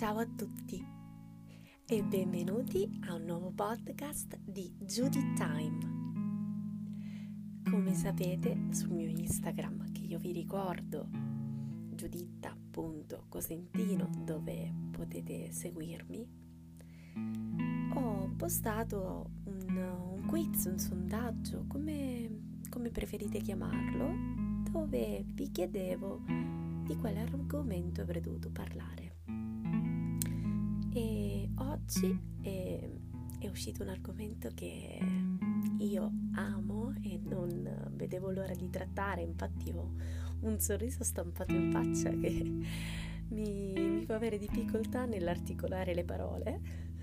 Ciao a tutti e benvenuti a un nuovo podcast di Judy Time. Come sapete, sul mio Instagram, che io vi ricordo, giuditta.cosentino, dove potete seguirmi, ho postato un quiz, un sondaggio, come preferite chiamarlo, dove vi chiedevo di quale argomento avrei dovuto parlare. E oggi è uscito un argomento che io amo e non vedevo l'ora di trattare. Infatti ho un sorriso stampato in faccia che mi fa avere difficoltà nell'articolare le parole,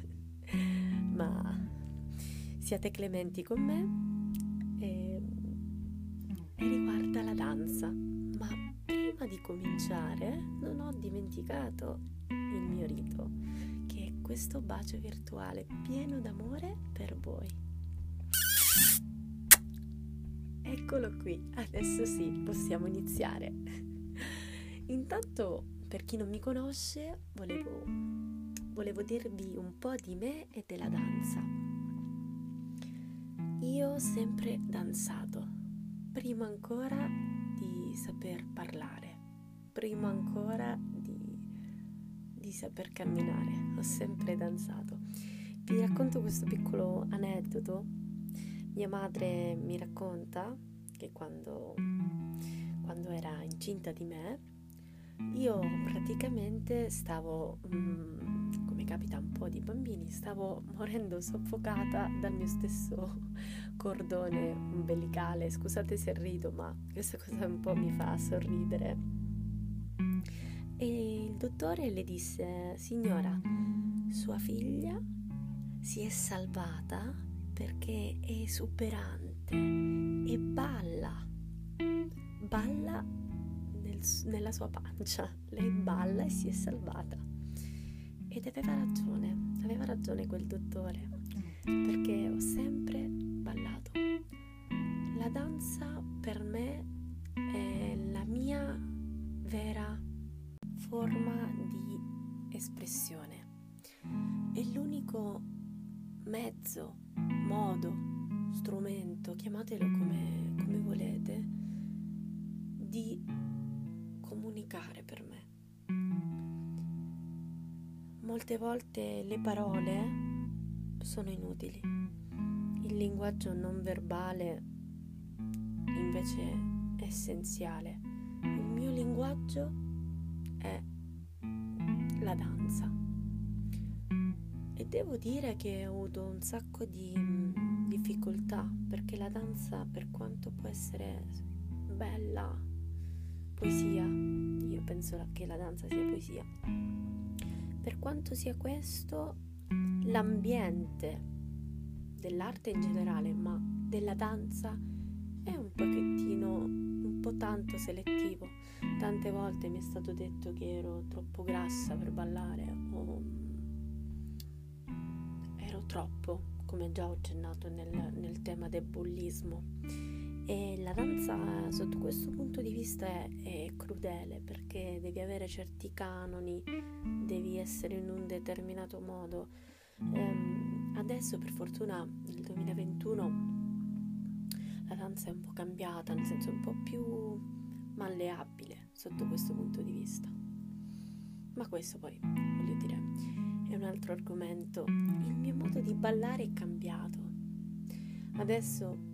ma siate clementi con me. E riguarda la danza. Ma prima di cominciare non ho dimenticato il mio rito, che è questo bacio virtuale pieno d'amore per voi. Eccolo qui, adesso sì, possiamo iniziare. Intanto, per chi non mi conosce, volevo dirvi un po' di me e della danza. Io ho sempre danzato, prima ancora di saper parlare, prima ancora di saper camminare, ho sempre danzato. Vi racconto questo piccolo aneddoto. Mia madre mi racconta che quando era incinta di me, io praticamente stavo, come capita un po' di bambini, stavo morendo soffocata dal mio stesso cordone umbilicale. Scusate se rido, ma questa cosa un po' mi fa sorridere. E il dottore le disse: signora, sua figlia si è salvata perché è esuberante e balla nella sua pancia. Lei balla e si è salvata. Ed aveva ragione quel dottore, perché ho sempre ballato. La danza per me è la mia vera forma di espressione. È l'unico mezzo, modo, strumento, chiamatelo come volete, di comunicare per me. Molte volte le parole sono inutili. Il linguaggio non verbale invece è essenziale. Il mio linguaggio è la danza. E devo dire che ho avuto un sacco di difficoltà, perché la danza, per quanto può essere bella, poesia, io penso che la danza sia poesia, per quanto sia questo, l'ambiente dell'arte in generale, ma della danza è un po' tanto selettivo. Tante volte mi è stato detto che ero troppo grassa per ballare, o ero troppo, come già ho accennato nel tema del bullismo. E la danza sotto questo punto di vista è crudele, perché devi avere certi canoni, devi essere in un determinato modo. Adesso, per fortuna, nel 2021 la danza è un po' cambiata, nel senso un po' più malleabile sotto questo punto di vista. Ma questo poi, voglio dire, è un altro argomento. Il mio modo di ballare è cambiato. Adesso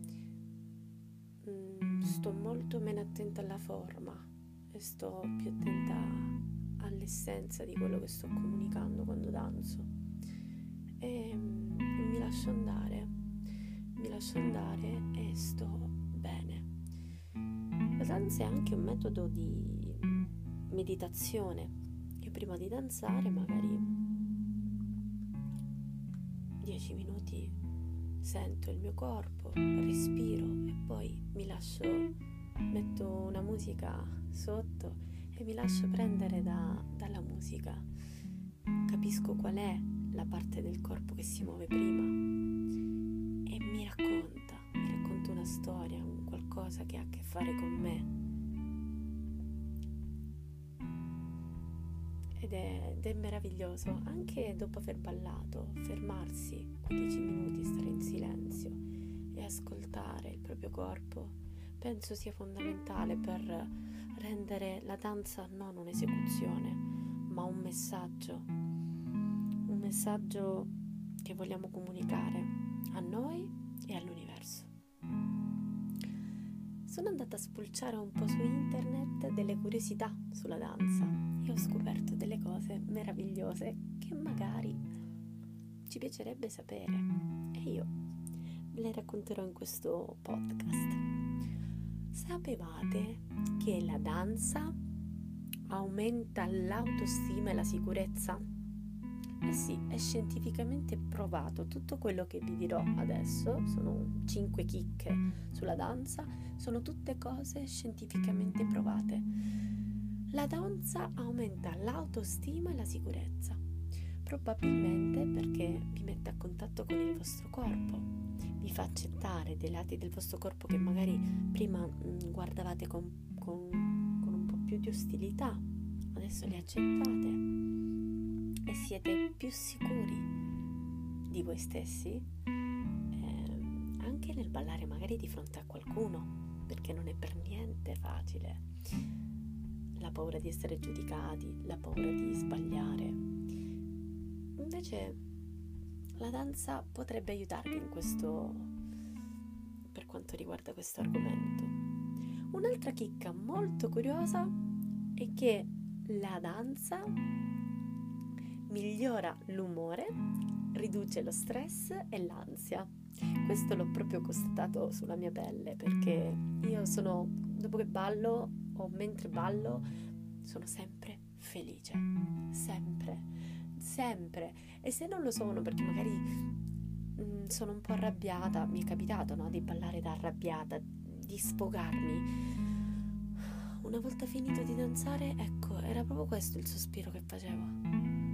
sto molto meno attenta alla forma e sto più attenta all'essenza di quello che sto comunicando quando danzo. E mi lascio andare e sto bene. La danza è anche un metodo di meditazione. Io prima di danzare magari 10 minuti sento il mio corpo, respiro e poi metto una musica sotto e mi lascio prendere dalla musica. Capisco qual è la parte del corpo che si muove prima e mi racconta una storia, un qualcosa che ha a che fare con me. ed è meraviglioso, anche dopo aver ballato, fermarsi 15 minuti, stare in silenzio e ascoltare il proprio corpo, penso sia fondamentale per rendere la danza non un'esecuzione, ma un messaggio che vogliamo comunicare a noi e all'universo. Sono andata a spulciare un po' su internet delle curiosità sulla danza e ho scoperto delle cose meravigliose che magari ci piacerebbe sapere e io ve le racconterò in questo podcast. Sapevate che la danza aumenta l'autostima e la sicurezza? Eh sì, è scientificamente provato. Tutto quello che vi dirò adesso, sono 5 chicche sulla danza, sono tutte cose scientificamente provate. La danza aumenta l'autostima e la sicurezza, probabilmente perché vi mette a contatto con il vostro corpo, vi fa accettare dei lati del vostro corpo che magari prima guardavate con un po' più di ostilità, adesso li accettate e siete più sicuri di voi stessi, anche nel ballare magari di fronte a qualcuno, perché non è per niente facile. La paura di essere giudicati, la paura di sbagliare. Invece la danza potrebbe aiutarvi in questo, per quanto riguarda questo argomento. Un'altra chicca molto curiosa è che la danza migliora l'umore, riduce lo stress e l'ansia. Questo l'ho proprio constatato sulla mia pelle, perché io dopo che ballo o mentre ballo, sono sempre felice, sempre. E se non lo sono, perché magari sono un po' arrabbiata, mi è capitato, no, di ballare da arrabbiata, di sfogarmi. Una volta finito di danzare, ecco, era proprio questo il sospiro che facevo.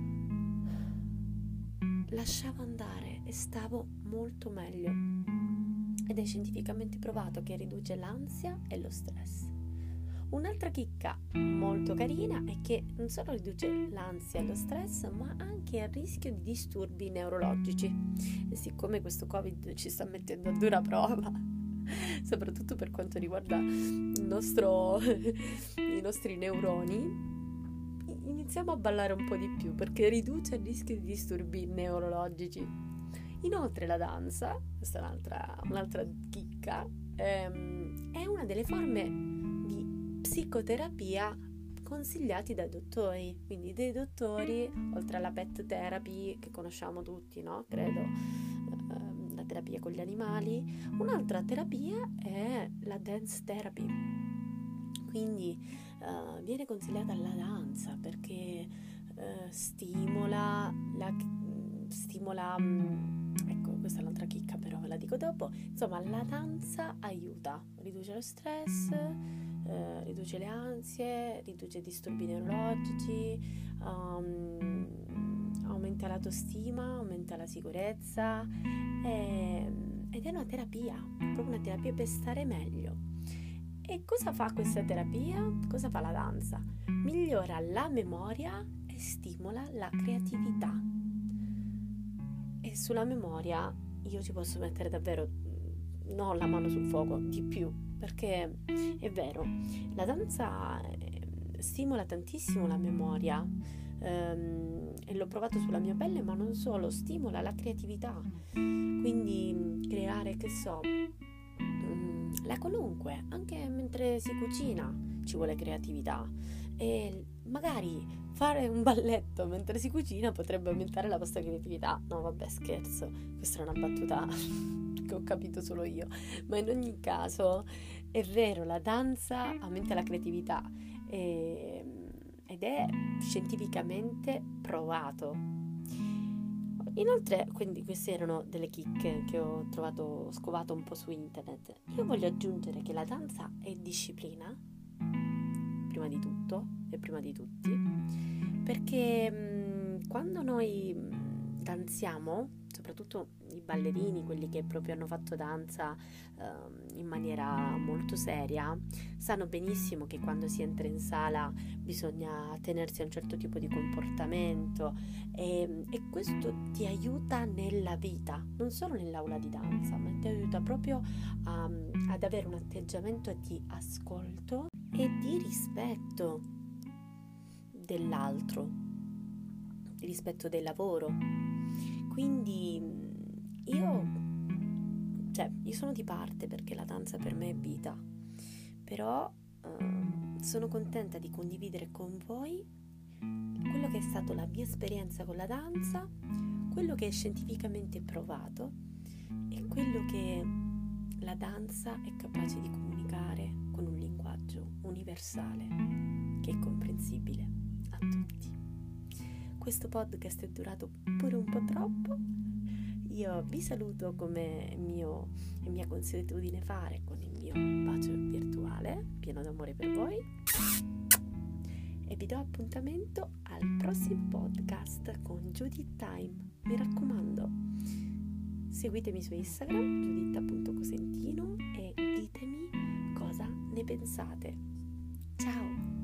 Lasciavo andare e stavo molto meglio. Ed è scientificamente provato che riduce l'ansia e lo stress. Un'altra chicca molto carina è che non solo riduce l'ansia e lo stress, ma anche il rischio di disturbi neurologici. E siccome questo Covid ci sta mettendo a dura prova, soprattutto per quanto riguarda i nostri neuroni, iniziamo a ballare un po' di più, perché riduce il rischio di disturbi neurologici. Inoltre la danza, questa è un'altra chicca, è una delle forme di psicoterapia consigliati dai dottori, quindi dei dottori, oltre alla pet therapy che conosciamo tutti, no? Credo, la terapia con gli animali. Un'altra terapia è la dance therapy, quindi viene consigliata la danza perché stimola, ecco, questa è un'altra chicca, però ve la dico dopo. Insomma, la danza aiuta, riduce lo stress, riduce le ansie, riduce i disturbi neurologici, aumenta l'autostima, aumenta la sicurezza, ed è una terapia, proprio una terapia per stare meglio. E cosa fa questa terapia? Cosa fa la danza? Migliora la memoria e stimola la creatività. E sulla memoria io ci posso mettere davvero, non la mano sul fuoco, di più, perché è vero, la danza stimola tantissimo la memoria, e l'ho provato sulla mia pelle, ma non solo, stimola la creatività, quindi creare, che so, la qualunque, anche mentre si cucina ci vuole creatività, e magari fare un balletto mentre si cucina potrebbe aumentare la vostra creatività. No, vabbè, scherzo, questa è una battuta che ho capito solo io, ma in ogni caso è vero, la danza aumenta la creatività ed è scientificamente provato. Inoltre, quindi queste erano delle chicche che ho scovato un po' su internet. Io voglio aggiungere che la danza è disciplina, prima di tutto e prima di tutti, perché quando noi danziamo, soprattutto i ballerini, quelli che proprio hanno fatto danza in maniera molto seria, sanno benissimo che quando si entra in sala bisogna tenersi a un certo tipo di comportamento e questo ti aiuta nella vita, non solo nell'aula di danza, ma ti aiuta proprio ad avere un atteggiamento di ascolto e di rispetto dell'altro, di rispetto del lavoro. Quindi io sono di parte, perché la danza per me è vita, però sono contenta di condividere con voi quello che è stato la mia esperienza con la danza, quello che è scientificamente provato e quello che la danza è capace di comunicare con un linguaggio universale che è comprensibile a tutti. Questo podcast è durato pure un po' troppo. Io vi saluto come è mia consuetudine fare, con il mio bacio virtuale pieno d'amore per voi, e vi do appuntamento al prossimo podcast con Judith Time. Mi raccomando, seguitemi su Instagram, judith.cosentino, e ditemi cosa ne pensate. Ciao!